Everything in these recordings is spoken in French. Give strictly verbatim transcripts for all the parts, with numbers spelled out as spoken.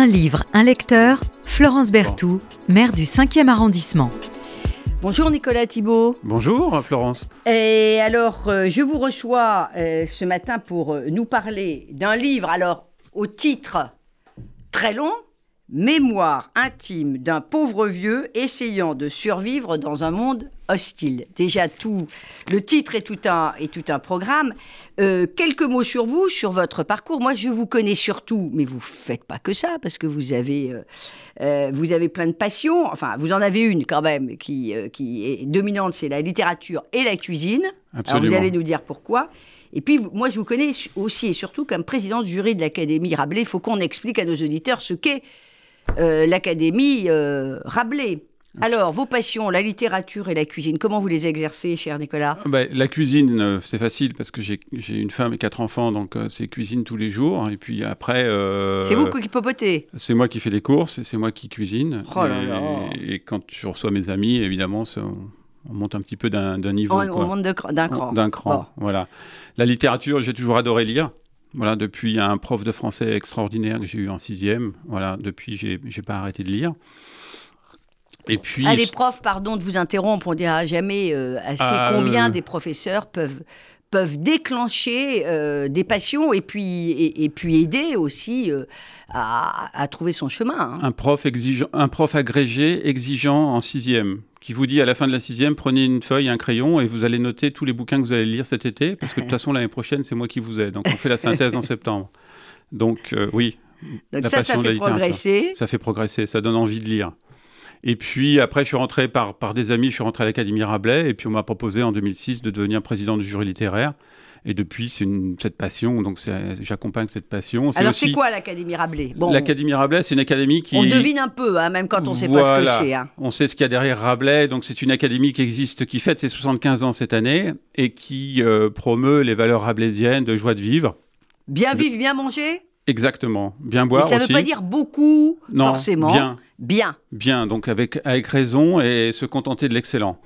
Un livre, un lecteur, Florence Berthoud, maire du cinquième arrondissement. Bonjour Nicolas Thibault. Bonjour Florence. Et alors, euh, je vous reçois euh, ce matin pour euh, nous parler d'un livre, alors au titre très long, Mémoire intime d'un pauvre vieux essayant de survivre dans un monde hostile. Déjà, tout le titre est tout un, est tout un programme. Euh, quelques mots sur vous, sur votre parcours. Moi, je vous connais surtout, mais vous ne faites pas que ça, parce que vous avez, euh, euh, vous avez plein de passions. Enfin, vous en avez une quand même qui, euh, qui est dominante, c'est la littérature et la cuisine. Absolument. Alors, vous allez nous dire pourquoi. Et puis, moi, je vous connais aussi et surtout comme président du jury de l'Académie Rabelais. Il faut qu'on explique à nos auditeurs ce qu'est Euh, l'Académie euh, Rabelais. Alors, vos passions, la littérature et la cuisine, comment vous les exercez, cher Nicolas ? Ben, la cuisine, euh, c'est facile parce que j'ai, j'ai une femme et quatre enfants, donc euh, c'est cuisine tous les jours. Et puis après... Euh, c'est vous qui popotez ? C'est moi qui fais les courses et c'est moi qui cuisine. Oh et, là là. et quand je reçois mes amis, évidemment, ça, on, on monte un petit peu d'un, d'un niveau. On, quoi. on monte de, d'un cran. D'un cran, bon. Voilà. La littérature, j'ai toujours adoré lire. Voilà, depuis un prof de français extraordinaire que j'ai eu en sixième. Voilà, depuis, j'ai, j'ai pas arrêté de lire. Et puis... Ah, les profs, pardon de vous interrompre, on dira jamais euh, assez ah, combien euh... des professeurs peuvent, peuvent déclencher euh, des passions et puis, et, et puis aider aussi euh, à, à trouver son chemin. Hein. Un prof exigeant, un prof agrégé exigeant en sixième, qui vous dit à la fin de la sixième, prenez une feuille, un crayon et vous allez noter tous les bouquins que vous allez lire cet été, parce que de toute façon, l'année prochaine, c'est moi qui vous aide. Donc, on fait la synthèse en septembre. Donc, euh, oui. Donc la ça, ça fait progresser. Ça fait progresser, ça donne envie de lire. Et puis, après, je suis rentré par, par des amis, je suis rentré à l'Académie Rabelais, et puis on m'a proposé en deux mille six de devenir président du jury littéraire. Et depuis, c'est une, cette passion, donc c'est, j'accompagne cette passion. C'est Alors, aussi... c'est quoi l'Académie Rabelais ? Bon, L'Académie Rabelais, c'est une académie qui... On devine un peu, hein, même quand on ne sait voilà. pas ce que c'est. Hein. On sait ce qu'il y a derrière Rabelais. Donc, c'est une académie qui existe, qui fête ses soixante-quinze ans cette année et qui euh, promeut les valeurs rabelaisiennes de joie de vivre. Bien vivre, bien manger ? Exactement. Bien boire aussi. Et ça ne veut pas dire beaucoup, non, forcément. Bien. Bien. Bien, donc avec, avec raison et se contenter de l'excellent.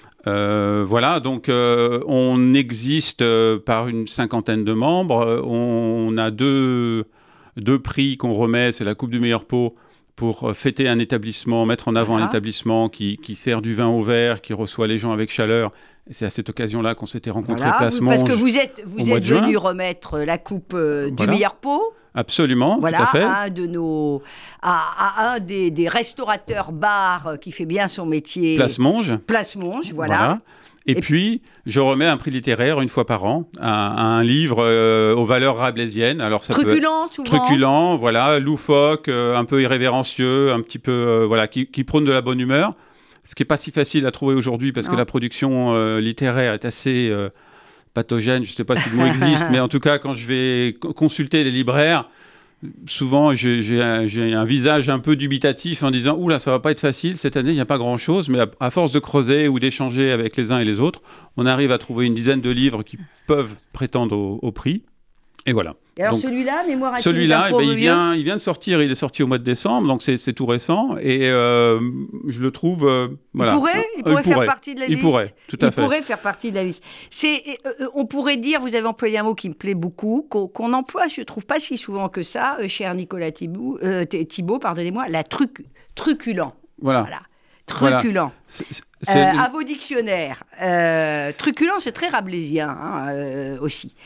Euh, voilà, donc euh, on existe euh, par une cinquantaine de membres. On a deux, deux prix qu'on remet, c'est la Coupe du meilleur pot pour fêter un établissement, mettre en avant voilà. un établissement qui, qui sert du vin au verre, qui reçoit les gens avec chaleur. Et c'est à cette occasion-là qu'on s'était rencontrés voilà, Place Monge. Parce que vous êtes, vous êtes venu remettre la Coupe euh, du voilà. meilleur pot. Absolument, voilà, tout à fait. À un, de nos, à, à un des, des restaurateurs bars qui fait bien son métier. Place Monge. Place Monge, voilà. voilà. Et, Et puis, je remets un prix littéraire une fois par an à, à un livre euh, aux valeurs rabelaisiennes. Alors, ça truculent, peut souvent. Truculent, voilà, loufoque, euh, un peu irrévérencieux, un petit peu, euh, voilà, qui, qui prône de la bonne humeur. Ce qui n'est pas si facile à trouver aujourd'hui parce non. que la production euh, littéraire est assez... Euh, pathogène, je ne sais pas si le mot existe, mais en tout cas, quand je vais consulter les libraires, souvent, j'ai, j'ai, un, j'ai un visage un peu dubitatif en disant « Oula, ça ne va pas être facile, cette année, il n'y a pas grand-chose », mais à, à force de creuser ou d'échanger avec les uns et les autres, on arrive à trouver une dizaine de livres qui peuvent prétendre au, au prix. Et voilà. Et alors donc, celui-là, Mémoire intime celui-là, d'un pauvre eh ben, il, vieux vient, il vient de sortir, il est sorti au mois de décembre, donc c'est, c'est tout récent, et euh, je le trouve... Euh, voilà. Il pourrait, il pourrait il faire pourrait. partie de la il liste. Il pourrait, tout à il fait. Il pourrait faire partie de la liste. C'est, euh, on pourrait dire, vous avez employé un mot qui me plaît beaucoup, qu'on, qu'on emploie, je ne trouve pas si souvent que ça, euh, cher Nicolas Thibault, euh, Thibault, pardonnez-moi, la truc, truculent. Voilà. voilà. Truculent. Voilà. C'est, c'est, c'est... Euh, à vos dictionnaires. Euh, truculent, c'est très rabelaisien hein, euh, aussi.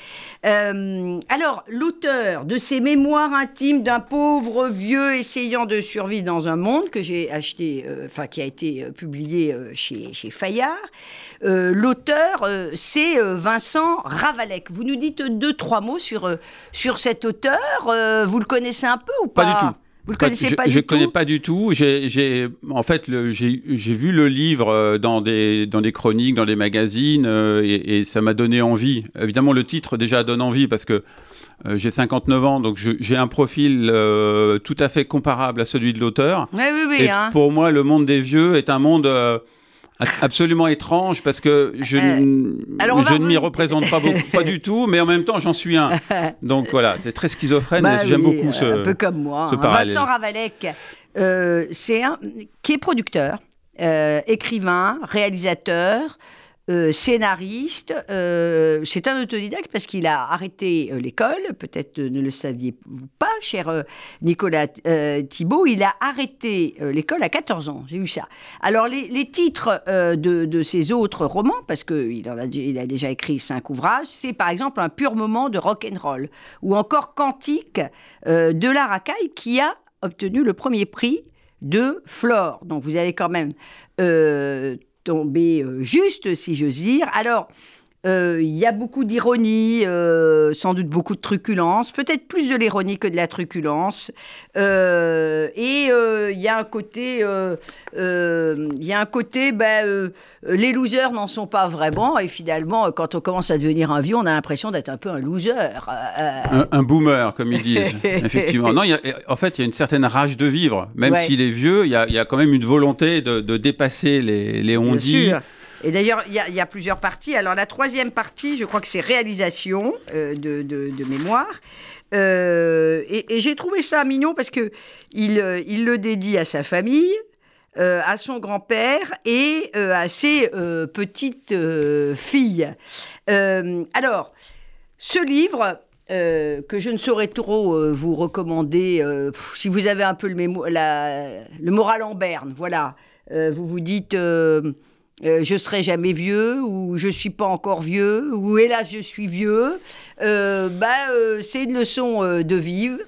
Euh, alors, l'auteur de ces mémoires intimes d'un pauvre vieux essayant de survivre dans un monde que j'ai acheté, enfin euh, qui a été euh, publié euh, chez, chez Fayard, euh, l'auteur, euh, c'est euh, Vincent Ravalec. Vous nous dites deux, trois mots sur, euh, sur cet auteur. Euh, vous le connaissez un peu ou pas ? Pas du tout. Vous le connaissez je, pas je du tout ? Je ne connais pas du tout. J'ai, j'ai, en fait, le, j'ai, j'ai vu le livre dans des, dans des chroniques, dans des magazines, euh, et, et ça m'a donné envie. Évidemment, le titre déjà donne envie parce que euh, j'ai cinquante-neuf ans, donc je, j'ai un profil euh, tout à fait comparable à celui de l'auteur. Oui, oui, oui. Et hein. pour moi, le monde des vieux est un monde... Euh, absolument étrange parce que je, euh, alors je ne m'y représente pas beaucoup, pas du tout, mais en même temps j'en suis un. Donc voilà, c'est très schizophrène. Bah et j'aime oui, beaucoup ce un peu comme moi. Ce hein. parallèle. Vincent Ravalec, euh, c'est un qui est producteur, euh, écrivain, réalisateur. euh, scénariste. Euh, c'est un autodidacte parce qu'il a arrêté euh, l'école. Peut-être euh, ne le saviez-vous pas, cher euh, Nicolas euh, Thibault. Il a arrêté euh, l'école à quatorze ans. J'ai eu ça. Alors, les, les titres euh, de, de ses autres romans, parce qu'il en a, il a déjà écrit cinq ouvrages, c'est par exemple Un pur moment de rock'n'roll ou encore Cantique euh, de la racaille qui a obtenu le premier prix de Flore. Donc, vous allez quand même euh, tomber euh, juste, si j'ose dire. Alors, il euh, y a beaucoup d'ironie, euh, sans doute beaucoup de truculence, peut-être plus de l'ironie que de la truculence. Euh, et il euh, y a un côté, il euh, euh, y a un côté, ben, euh, les losers n'en sont pas vraiment. Et finalement, quand on commence à devenir un vieux, on a l'impression d'être un peu un loser. Euh, un, un boomer, comme ils disent, effectivement. Non, y a, en fait, il y a une certaine rage de vivre. Même ouais. s'il est vieux, il y, y a quand même une volonté de, de dépasser les, les on-dit. Et d'ailleurs, il y, y a plusieurs parties. Alors, la troisième partie, je crois que c'est réalisation euh, de, de, de mémoire. Euh, et, et j'ai trouvé ça mignon parce qu'il euh, il le dédie à sa famille, euh, à son grand-père et euh, à ses euh, petites euh, filles. Euh, alors, ce livre... Euh, que je ne saurais trop euh, vous recommander, euh, pff, si vous avez un peu le, mémo- la, le moral en berne, voilà. Euh, vous vous dites... Euh, Euh, je serai jamais vieux, ou je suis pas encore vieux, ou hélas je suis vieux, euh, bah, euh, c'est une leçon euh, de vivre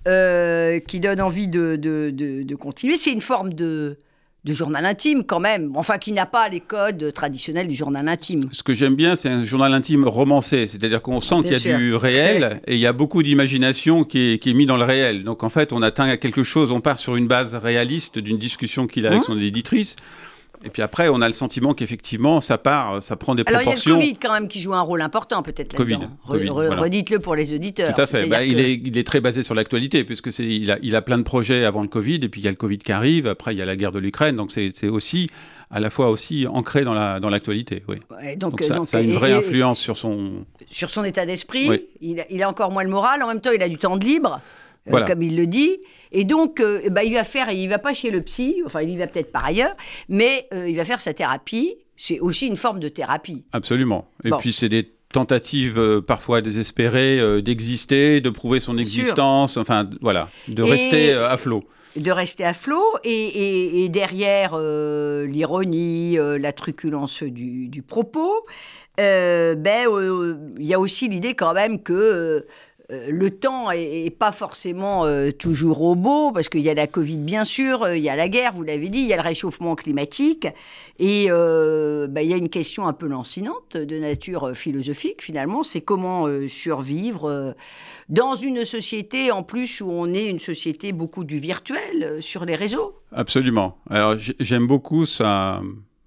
euh, qui donne envie de, de, de, de continuer. C'est une forme de, de journal intime quand même, enfin qui n'a pas les codes traditionnels du journal intime. Ce que j'aime bien, c'est un journal intime romancé, c'est-à-dire qu'on sent bien qu'il y a sûr. du réel et il y a beaucoup d'imagination qui est, qui est mis dans le réel. Donc en fait, on atteint quelque chose, on part sur une base réaliste d'une discussion qu'il a avec mmh. son éditrice. Et puis après, on a le sentiment qu'effectivement, ça part, ça prend des Alors, proportions. Alors, il y a le Covid quand même qui joue un rôle important, peut-être, Covid, là-dedans. COVID, Re- voilà. Redites-le pour les auditeurs. Tout à fait. Bah, que... il, est, il est très basé sur l'actualité, puisque c'est, il, a, il a plein de projets avant le Covid, et puis il y a le Covid qui arrive, après il y a la guerre de l'Ukraine, donc c'est, c'est aussi, à la fois aussi ancré dans, la, dans l'actualité. Oui. Ouais, donc, donc, ça, donc, ça a une et, vraie et, influence sur son... Sur son état d'esprit. Oui. Il, a, il a encore moins le moral. En même temps, il a du temps de libre. Voilà. Euh, comme il le dit. Et donc, euh, bah, il va faire, il ne va pas chez le psy, enfin, il y va peut-être par ailleurs, mais euh, il va faire sa thérapie. C'est aussi une forme de thérapie. Absolument. Et bon. puis, c'est des tentatives euh, parfois désespérées euh, d'exister, de prouver son existence, Sûr. enfin, voilà, de et... rester euh, à flot. De rester à flot, et, et, et derrière euh, l'ironie, euh, la truculence du, du propos, euh, ben, euh, y a aussi l'idée quand même que... Euh, Euh, le temps est, est pas forcément euh, toujours au beau, parce qu'il y a la Covid, bien sûr, il euh, y a la guerre, vous l'avez dit, il y a le réchauffement climatique, et euh, bah, il y a une question un peu lancinante de nature philosophique, finalement, c'est comment euh, survivre euh, dans une société, en plus, où on est une société beaucoup du virtuel, euh, sur les réseaux. Absolument. Alors, j'aime beaucoup ça...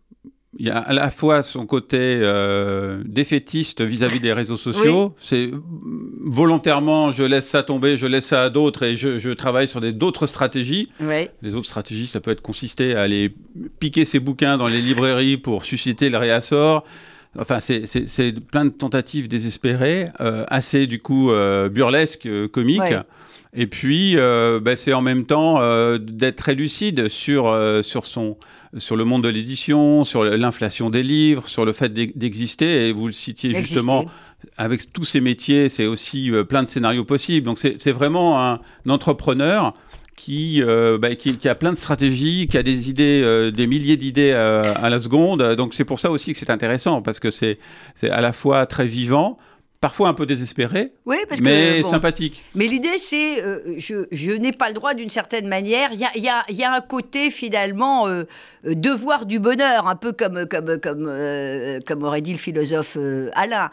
Il y a à la fois son côté euh, défaitiste vis-à-vis des réseaux sociaux. Oui. C'est volontairement, je laisse ça tomber, je laisse ça à d'autres et je, je travaille sur des, d'autres stratégies. Oui. Les autres stratégies, ça peut être consister à aller piquer ses bouquins dans les librairies pour susciter le réassort. Enfin, c'est, c'est, c'est plein de tentatives désespérées, euh, assez du coup euh, burlesques, euh, comiques. Oui. Et puis, euh, bah, c'est en même temps euh, d'être très lucide sur, euh, sur, son, sur le monde de l'édition, sur l'inflation des livres, sur le fait d'exister. Et vous le citiez Exister. justement, avec tous ces métiers, c'est aussi euh, plein de scénarios possibles. Donc, c'est, c'est vraiment un, un entrepreneur qui, euh, bah, qui, qui a plein de stratégies, qui a des idées, euh, des milliers d'idées euh, à la seconde. Donc, c'est pour ça aussi que c'est intéressant, parce que c'est, c'est à la fois très vivant, parfois un peu désespéré, oui, parce mais que, bon, sympathique. Mais l'idée, c'est, euh, je, je n'ai pas le droit d'une certaine manière. Il y a, y a, y a un côté, finalement, euh, devoir du bonheur, un peu comme, comme, comme, euh, comme aurait dit le philosophe euh, Alain.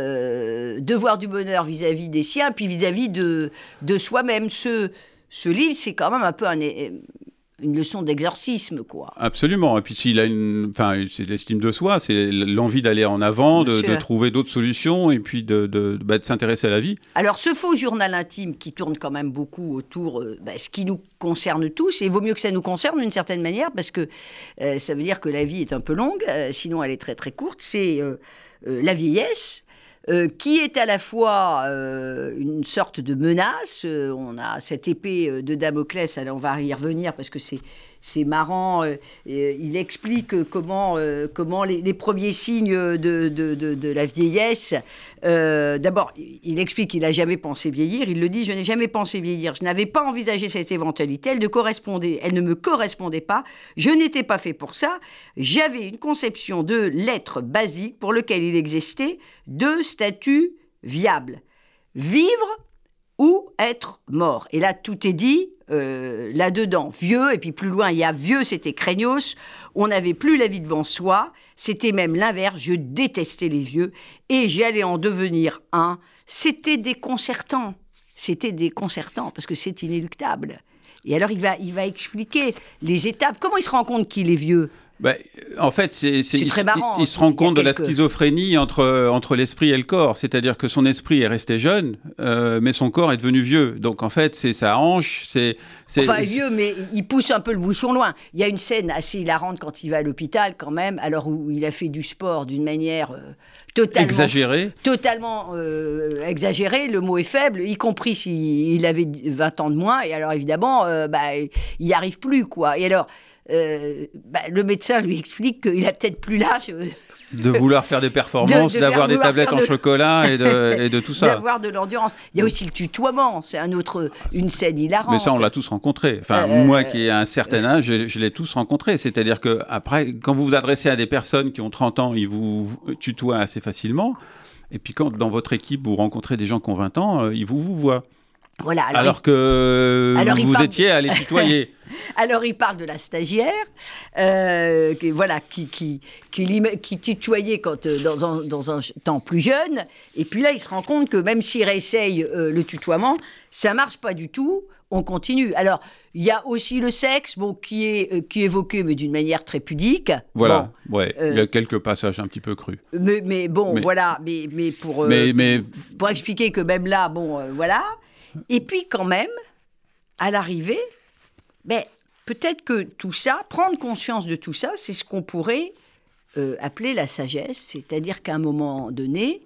Euh, devoir du bonheur vis-à-vis des siens, puis vis-à-vis de, de soi-même. Ce, ce livre, c'est quand même un peu un... une leçon d'exorcisme, quoi. Absolument. Et puis, s'il a une... Enfin, c'est l'estime de soi, c'est l'envie d'aller en avant, de, de trouver d'autres solutions et puis de, de, bah, de s'intéresser à la vie. Alors, ce faux journal intime qui tourne quand même beaucoup autour de euh, bah, ce qui nous concerne tous, et il vaut mieux que ça nous concerne d'une certaine manière, parce que euh, ça veut dire que la vie est un peu longue, euh, sinon elle est très très courte, c'est euh, euh, la vieillesse, Euh, qui est à la fois euh, une sorte de menace. Euh, on a cette épée de Damoclès, alors on va y revenir parce que c'est, c'est marrant. Euh, euh, il explique comment, euh, comment les, les premiers signes de, de, de, de la vieillesse. Euh, d'abord, il explique qu'il n'a jamais pensé vieillir. Il le dit, je n'ai jamais pensé vieillir. Je n'avais pas envisagé cette éventualité. Elle ne correspondait, elle ne me correspondait pas. Je n'étais pas fait pour ça. J'avais une conception de l'être basique pour lequel il existait deux statuts viables. Vivre ou être mort. Et là, tout est dit euh, là-dedans. Vieux, et puis plus loin, il y a vieux, c'était craignos. On n'avait plus la vie devant soi. C'était même l'inverse. Je détestais les vieux. Et j'allais en devenir un. C'était déconcertant. C'était déconcertant, parce que c'est inéluctable. Et alors, il va, il va expliquer les étapes. Comment il se rend compte qu'il est vieux ? Ben, en fait, c'est, c'est, c'est il, très marrant. Il, il se rend compte de quelques... la schizophrénie entre, entre l'esprit et le corps. C'est-à-dire que son esprit est resté jeune, euh, mais son corps est devenu vieux. Donc, en fait, c'est sa hanche. C'est, c'est, enfin, c'est... vieux, mais il pousse un peu le bouchon loin. Il y a une scène assez hilarante quand il va à l'hôpital, quand même, alors où il a fait du sport d'une manière euh, totalement... Exagérée. Totalement euh, exagérée. Le mot est faible, y compris s'il avait vingt ans de moins. Et alors, évidemment, euh, bah, il n'y arrive plus, quoi. Et alors... Euh, bah, le médecin lui explique qu'il a peut-être plus l'âge euh, de vouloir faire des performances, de, de d'avoir des tablettes en de... chocolat et de, et de tout ça. D'avoir de l'endurance. Il y a aussi le tutoiement, c'est un autre, une scène hilarante. Mais ça, on l'a tous rencontré. Enfin, euh... moi qui ai un certain âge, je, je l'ai tous rencontré. C'est-à-dire que après, quand vous vous adressez à des personnes qui ont trente ans, ils vous, vous tutoient assez facilement. Et puis quand dans votre équipe, vous rencontrez des gens qui ont vingt ans, euh, ils vous, vous voient. Voilà, alors, alors il... que alors vous parle... étiez à les tutoyer. Alors il parle de la stagiaire, euh, qui, voilà, qui, qui, qui, qui tutoyait quand, euh, dans, un, dans un temps plus jeune. Et puis là, il se rend compte que même s'il réessaye euh, le tutoiement, ça marche pas du tout. On continue. Alors, il y a aussi le sexe, bon, qui est, euh, qui est évoqué, mais d'une manière très pudique. Voilà, bon, ouais. Euh, il y a quelques passages un petit peu crus. Mais, mais bon, mais, voilà. Mais, mais, pour, euh, mais, mais... pour expliquer que même là, bon, euh, voilà. Et puis quand même, à l'arrivée, ben, peut-être que tout ça, prendre conscience de tout ça, c'est ce qu'on pourrait euh, appeler la sagesse. C'est-à-dire qu'à un moment donné,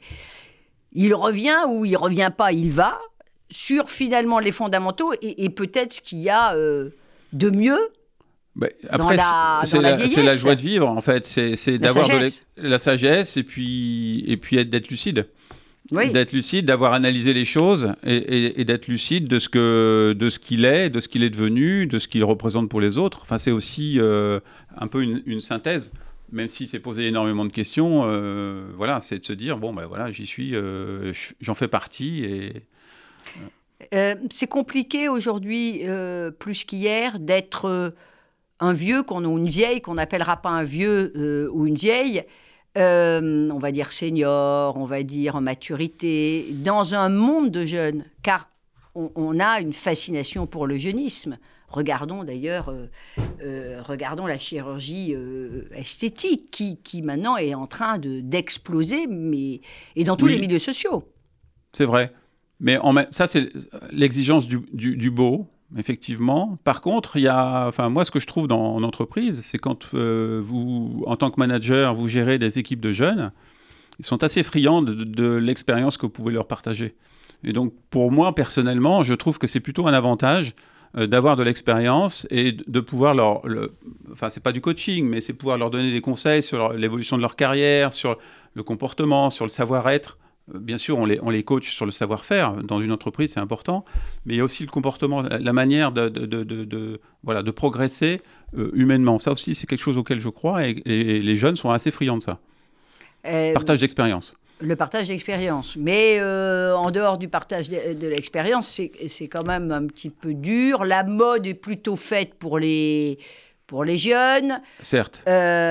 il revient ou il ne revient pas, il va sur finalement les fondamentaux et, et peut-être ce qu'il y a euh, de mieux. Bah, après, dans la, c'est, dans la, la vieillesse. C'est la joie de vivre, en fait. C'est, c'est la d'avoir sagesse. de la, la sagesse et puis, et puis être, d'être lucide. Oui. D'être lucide, d'avoir analysé les choses et, et, et d'être lucide de ce, que, de ce qu'il est, de ce qu'il est devenu, de ce qu'il représente pour les autres. Enfin, c'est aussi euh, un peu une, une synthèse, même si c'est posé énormément de questions. Euh, voilà, c'est de se dire, bon, ben voilà, j'y suis, euh, j'en fais partie. Et, euh. Euh, c'est compliqué aujourd'hui, euh, plus qu'hier, d'être euh, un vieux qu'on, ou une vieille, qu'on n'appellera pas un vieux euh, ou une vieille. Euh, on va dire senior, on va dire en maturité, dans un monde de jeunes, car on, on a une fascination pour le jeunisme. Regardons d'ailleurs, euh, euh, regardons la chirurgie euh, esthétique qui, qui maintenant est en train de, d'exploser, mais et dans tous oui, les milieux sociaux. C'est vrai, mais en même, ça c'est l'exigence du, du, du beau. Effectivement. Par contre, il y a, enfin, moi, ce que je trouve dans en entreprise, c'est quand euh, vous, en tant que manager, vous gérez des équipes de jeunes, ils sont assez friands de, de, de l'expérience que vous pouvez leur partager. Et donc, pour moi, personnellement, je trouve que c'est plutôt un avantage euh, d'avoir de l'expérience et de, de pouvoir leur... Le, enfin, c'est pas du coaching, mais c'est pouvoir leur donner des conseils sur leur, l'évolution de leur carrière, sur le comportement, sur le savoir-être. Bien sûr, on les, on les coach sur le savoir-faire. Dans une entreprise, c'est important. Mais il y a aussi le comportement, la, la manière de, de, de, de, de, voilà, de progresser euh, humainement. Ça aussi, c'est quelque chose auquel je crois. Et, et les jeunes sont assez friands de ça. Euh, partage d'expérience. Le partage d'expérience. Mais euh, en dehors du partage de, de l'expérience, c'est, c'est quand même un petit peu dur. La mode est plutôt faite pour les... pour les jeunes. Certes.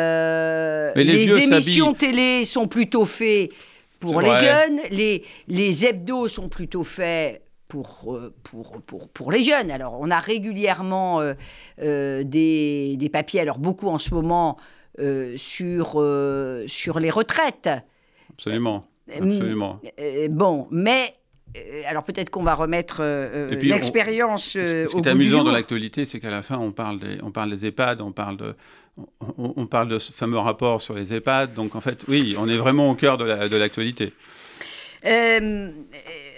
Euh, Mais les les vieux émissions s'habillent. télé sont plutôt faites pour les jeunes. Les, les hebdos sont plutôt faits pour, pour, pour, pour les jeunes. Alors, on a régulièrement euh, euh, des, des papiers, alors beaucoup en ce moment, euh, sur, euh, sur les retraites. Absolument. Absolument. Euh, bon, mais... Alors peut-être qu'on va remettre euh, puis, l'expérience on, euh, ce, ce qui est amusant dans l'actualité, c'est qu'à la fin, on parle des, on parle des EHPAD, on parle, de, on, on parle de ce fameux rapport sur les EHPAD. Donc en fait, oui, on est vraiment au cœur de, la, de l'actualité. Euh,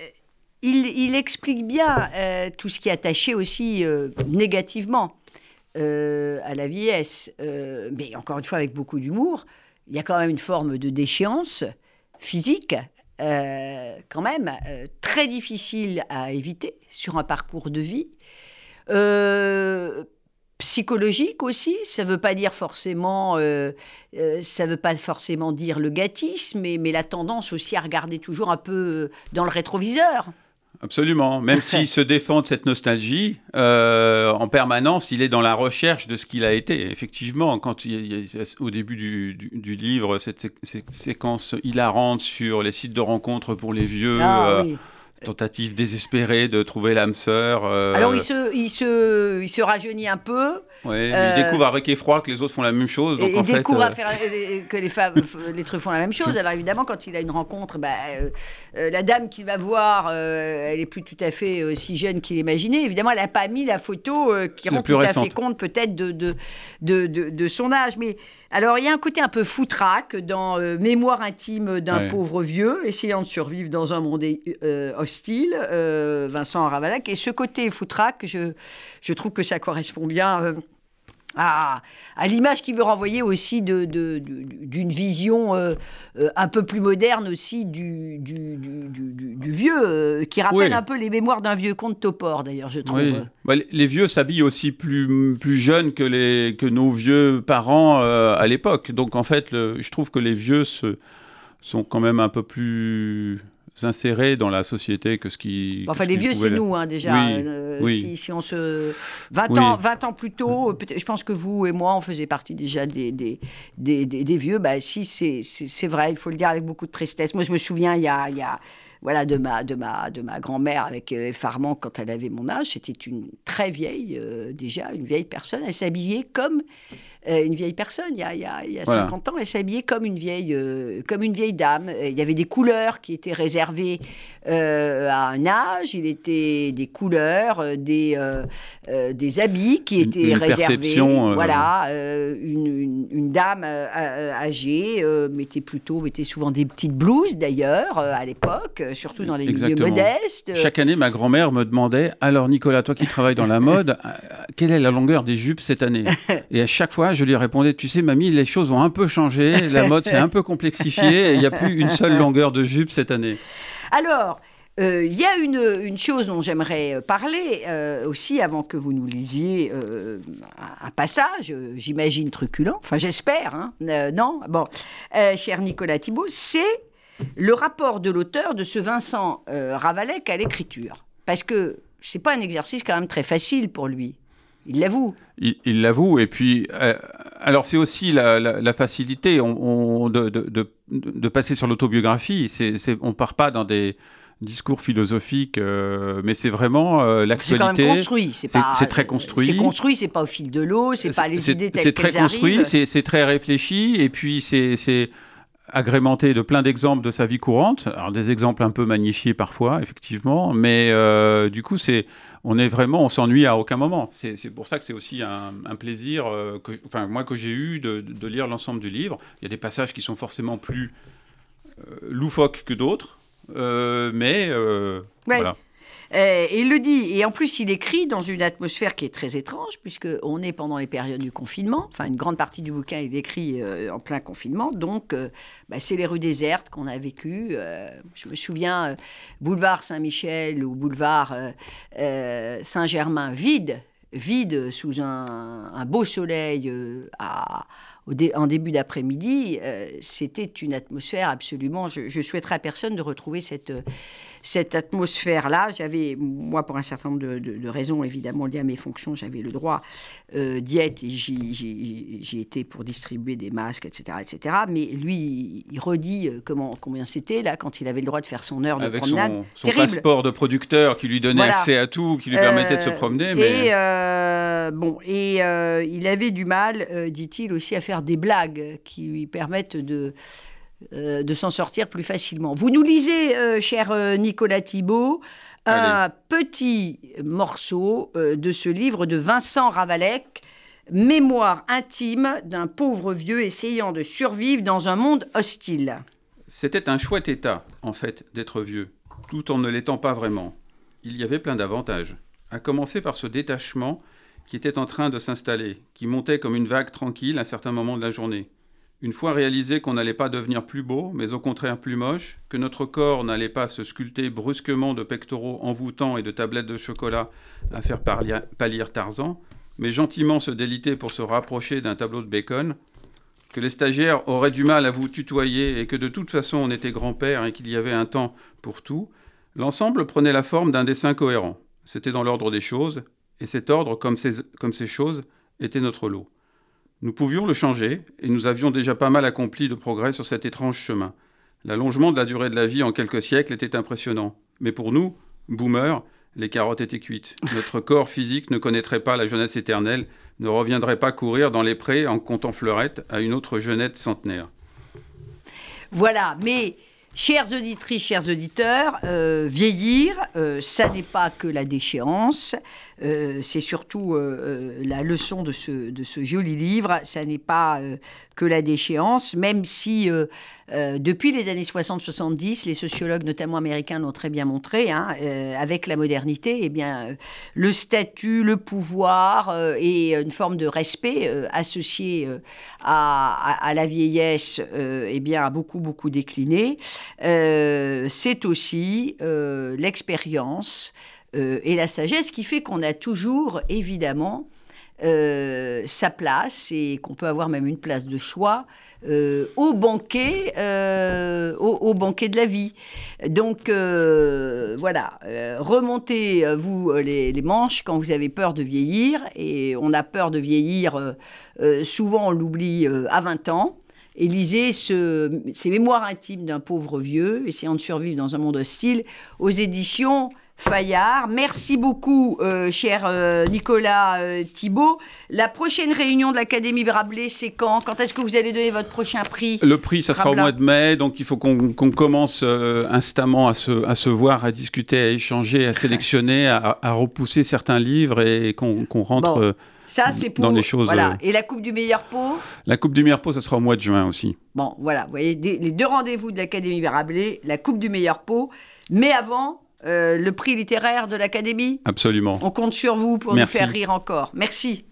il, il explique bien euh, tout ce qui est attaché aussi euh, négativement. euh, à la vieillesse, euh, mais encore une fois avec beaucoup d'humour, il y a quand même une forme de déchéance physique, euh, quand même, euh, très difficile à éviter sur un parcours de vie. Euh, psychologique aussi, ça ne veut pas dire forcément, euh, euh, ça veut pas forcément dire le gâtisme, mais, mais la tendance aussi à regarder toujours un peu dans le rétroviseur. Absolument. Même s'il se défend de cette nostalgie, euh, en permanence, il est dans la recherche de ce qu'il a été. Effectivement, quand il y a, au début du, du, du livre, cette sé- sé- séquence hilarante sur les sites de rencontres pour les vieux, Ah, euh, oui. tentative désespérée de trouver l'âme sœur. Euh, Alors, il se, il, se, il se rajeunit un peu. ouais, euh, il découvre avec effroi que les autres font la même chose. Donc Et, en et fait, découvre euh, à faire, que les femmes, les trucs font la même chose. Alors évidemment, quand il a une rencontre, bah, euh, euh, la dame qu'il va voir, euh, elle est plus tout à fait euh, si jeune qu'il imaginait. Évidemment, elle n'a pas mis la photo euh, qui La rend plus tout à récente. fait compte peut-être de, de, de, de, de son âge. Mais alors, il y a un côté un peu foutraque dans euh, Mémoire intime d'un Ouais. pauvre vieux, essayant de survivre dans un monde euh, hostile, euh, Vincent Ravalac. Et ce côté foutraque, je, je trouve que ça correspond bien... Euh, À, à l'image qu'il veut renvoyer aussi de, de, de, d'une vision euh, euh, un peu plus moderne aussi du, du, du, du, du- du vieux, euh, qui rappelle Oui. un peu les mémoires d'un vieux conte Topor, d'ailleurs, je trouve. oui. Bah, les- les vieux s'habillent aussi plus, plus jeunes que, les, que nos vieux parents euh, à l'époque. Donc en fait, le- je trouve que les vieux se, sont quand même un peu plus insérés dans la société que ce qui... Enfin, que ce les qu'ils vieux, pouvaient c'est l'être. nous, hein, déjà. Oui, Euh, oui. Si, si on se... vingt, Oui. ans, vingt ans plus tôt, peut-être, je pense que vous et moi, on faisait partie déjà des, des, des, des, des vieux. Bah, si, c'est, c'est, c'est vrai, il faut le dire avec beaucoup de tristesse. Moi, je me souviens, il y a... Il y a voilà, de ma, de ma, de ma grand-mère avec euh, effarement quand elle avait mon âge. C'était une très vieille, euh, déjà, une vieille personne. Elle s'habillait comme euh, une vieille personne. Il y a, il y a, il y a Voilà. cinquante ans, elle s'habillait comme une vieille, euh, comme une vieille dame. Euh, Il y avait des couleurs qui étaient réservées euh, à un âge. Il était des couleurs, euh, des, euh, euh, des habits qui Une- étaient une réservés. perception, euh, Voilà, euh, une, une, une dame euh, euh, âgée euh, mettait plutôt, mettait souvent des petites blouses d'ailleurs euh, à l'époque, euh, surtout dans les Exactement. milieux modestes. Chaque année, ma grand-mère me demandait « Alors Nicolas, toi qui travailles dans la mode, euh, quelle est la longueur des jupes cette année ?» Et à chaque fois, je lui répondais « Tu sais, mamie, les choses ont un peu changé, la mode s'est un peu complexifiée et il n'y a plus une seule longueur de jupe cette année. » Alors, euh, il y a une, une chose dont j'aimerais parler euh, aussi avant que vous nous lisiez euh, un, un passage, euh, j'imagine truculent, enfin j'espère, hein, euh, non Bon, euh, cher Nicolas Thibault, c'est le rapport de l'auteur de ce Vincent euh, Ravalac à l'écriture. Parce que c'est pas un exercice quand même très facile pour lui. Il l'avoue. Il il l'avoue. Et puis, euh, alors c'est aussi la, la, la facilité on, on, de, de, de, de passer sur l'autobiographie. C'est, c'est, on ne part pas dans des discours philosophiques, euh, mais c'est vraiment euh, l'actualité. C'est quand même construit. C'est, C'est- pas, c'est très construit. C'est construit, c'est pas au fil de l'eau, c'est pas les C'est- idées telles C'est qu'elles très construit, arrivent. c'est, c'est très réfléchi, et puis c'est, c'est agrémenté de plein d'exemples de sa vie courante. Alors des exemples un peu magnifiés parfois, effectivement, mais euh, du coup, c'est, on est vraiment, on s'ennuie à aucun moment. C'est, c'est pour ça que c'est aussi un, un plaisir, euh, que, enfin moi que j'ai eu de, de lire l'ensemble du livre. Il y a des passages qui sont forcément plus euh, loufoques que d'autres, euh, mais euh, Ouais. voilà. Euh, et il le dit. Et en plus, il écrit dans une atmosphère qui est très étrange, puisqu'on est pendant les périodes du confinement. Enfin, une grande partie du bouquin, il écrit euh, en plein confinement. Donc, euh, bah, c'est les rues désertes qu'on a vécues. Euh, je me souviens, euh, boulevard Saint-Michel ou boulevard euh, euh, Saint-Germain, vide, vide sous un, un beau soleil euh, à... Au dé- en début d'après-midi, euh, c'était une atmosphère absolument... Je, je souhaiterais à personne de retrouver cette, euh, cette atmosphère-là. J'avais, moi, pour un certain nombre de, de- de raisons, évidemment, liées à mes fonctions, j'avais le droit euh, d'y être et j'y, j'y, j'y étais pour distribuer des masques, et cetera, et cetera. Mais lui, il redit euh, comment, combien c'était, là, quand il avait le droit de faire son heure de Avec promenade. son, son Terrible. passeport de producteur qui lui donnait Voilà. accès à tout, qui lui permettait de se Euh, promener. Mais... Et, euh, bon, et euh, il avait du mal, euh, dit-il, aussi à faire des blagues qui lui permettent de, euh, de s'en sortir plus facilement. Vous nous lisez, euh, cher euh, Nicolas Thibault, un Allez. petit morceau euh, de ce livre de Vincent Ravalac, Mémoire intime d'un pauvre vieux essayant de survivre dans un monde hostile. C'était un chouette état, en fait, d'être vieux, tout en ne l'étant pas vraiment. Il y avait plein d'avantages, à commencer par ce détachement qui était en train de s'installer, qui montait comme une vague tranquille à certains moments de la journée. Une fois réalisé qu'on n'allait pas devenir plus beau, mais au contraire plus moche, que notre corps n'allait pas se sculpter brusquement de pectoraux envoûtants et de tablettes de chocolat à faire pâlir Tarzan, mais gentiment se déliter pour se rapprocher d'un tableau de Bacon, que les stagiaires auraient du mal à vous tutoyer et que de toute façon on était grand-père et qu'il y avait un temps pour tout, l'ensemble prenait la forme d'un dessin cohérent. C'était dans l'ordre des choses, et cet ordre, comme ces, comme ces choses, était notre lot. Nous pouvions le changer, et nous avions déjà pas mal accompli de progrès sur cet étrange chemin. L'allongement de la durée de la vie en quelques siècles était impressionnant. Mais pour nous, boomers, les carottes étaient cuites. Notre corps physique ne connaîtrait pas la jeunesse éternelle, ne reviendrait pas courir dans les prés en comptant fleurettes à une autre jeunette centenaire. Voilà, mais... Chères auditrices, chers auditeurs, euh, vieillir, euh, ça n'est pas que la déchéance, euh, c'est surtout euh, la leçon de ce, de ce joli livre, ça n'est pas euh, que la déchéance, même si euh, euh, depuis les années soixante soixante-dix, les sociologues, notamment américains, l'ont très bien montré, hein, euh, avec la modernité, eh bien, euh, le statut, le pouvoir euh, et une forme de respect euh, associé euh, à, à, à la vieillesse euh, eh bien, a beaucoup, beaucoup décliné. Euh, c'est aussi euh, l'expérience euh, et la sagesse qui fait qu'on a toujours, évidemment, euh, sa place et qu'on peut avoir même une place de choix euh, au banquet, euh, au, au banquet de la vie. Donc, euh, voilà, euh, remontez, vous, les, les manches quand vous avez peur de vieillir. Et on a peur de vieillir, euh, euh, souvent on l'oublie euh, à vingt ans. Et lisez ce, ces mémoires intimes d'un pauvre vieux, essayant de survivre dans un monde hostile, aux éditions Fayard. Merci beaucoup, euh, cher euh, Nicolas euh, Thibault. La prochaine réunion de l'Académie Rabelais, c'est quand ? Quand est-ce que vous allez donner votre prochain prix ? Le prix, ça sera Rabelais. au mois de mai, donc il faut qu'on, qu'on commence euh, instamment à se, à se voir, à discuter, à échanger, à sélectionner, à, à repousser certains livres et qu'on, qu'on rentre... Bon. Euh, Ça, c'est pour... dans les choses. Voilà. Euh... Et la Coupe du meilleur pot ? La Coupe du meilleur pot, ça sera au mois de juin aussi. Bon, voilà. Vous voyez, des, les deux rendez-vous de l'Académie Rabelais, la Coupe du meilleur pot, mais avant, euh, le prix littéraire de l'Académie. Absolument. On compte sur vous pour Merci. nous faire rire encore. Merci.